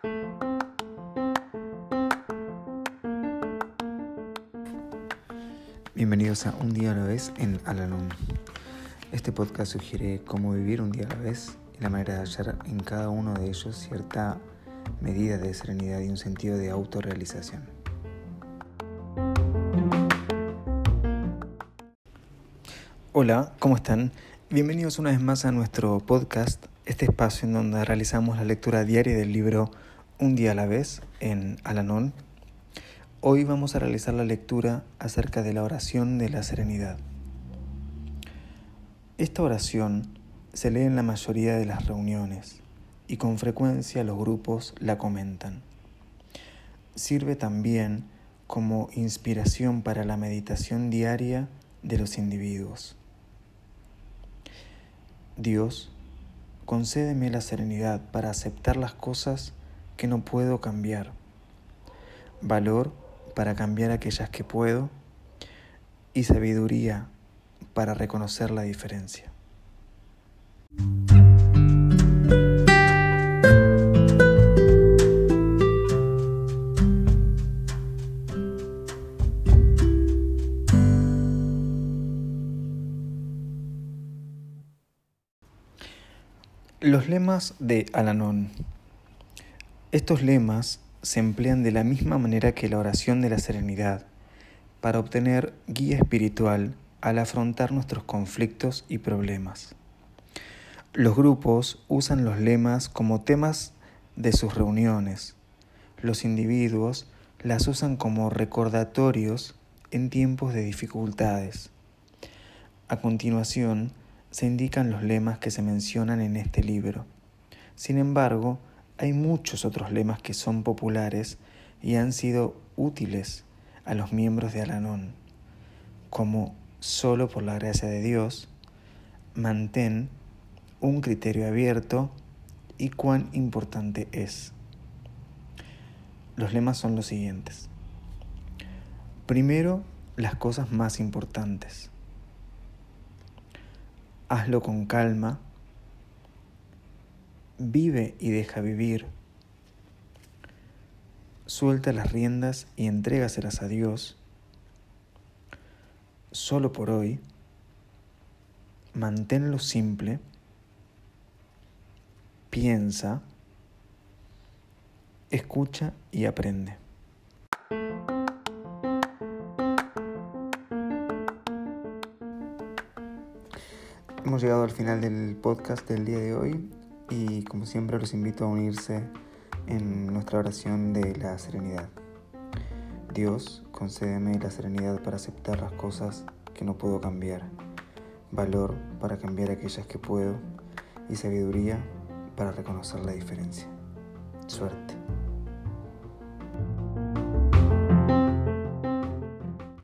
Bienvenidos a Un Día a la Vez en Al-Anon. Este podcast sugiere cómo vivir un día a la vez y la manera de hallar en cada uno de ellos cierta medida de serenidad y un sentido de autorrealización. Hola, ¿cómo están? Bienvenidos una vez más a nuestro podcast, este espacio en donde realizamos la lectura diaria del libro Un Día a la Vez en Al-Anon. Hoy vamos a realizar la lectura acerca de la oración de la serenidad. Esta oración se lee en la mayoría de las reuniones y con frecuencia los grupos la comentan. Sirve también como inspiración para la meditación diaria de los individuos. Dios, concédeme la serenidad para aceptar las cosas que no puedo cambiar, valor para cambiar aquellas que puedo y sabiduría para reconocer la diferencia. Los lemas de Al-Anon. Estos lemas se emplean de la misma manera que la oración de la serenidad para obtener guía espiritual al afrontar nuestros conflictos y problemas. Los grupos usan los lemas como temas de sus reuniones. Los individuos las usan como recordatorios en tiempos de dificultades. A continuación, se indican los lemas que se mencionan en este libro. Sin embargo, hay muchos otros lemas que son populares y han sido útiles a los miembros de Al-Anon, como solo por la gracia de Dios, mantén un criterio abierto y cuán importante es. Los lemas son los siguientes. Primero, las cosas más importantes. Hazlo con calma. Vive y deja vivir. Suelta las riendas y entrégaselas a Dios. Solo por hoy. Manténlo simple. Piensa. Escucha y aprende. Hemos llegado al final del podcast del día de hoy y como siempre los invito a unirse en nuestra oración de la serenidad. Dios, concédeme la serenidad para aceptar las cosas que no puedo cambiar, valor para cambiar aquellas que puedo y sabiduría para reconocer la diferencia. Suerte.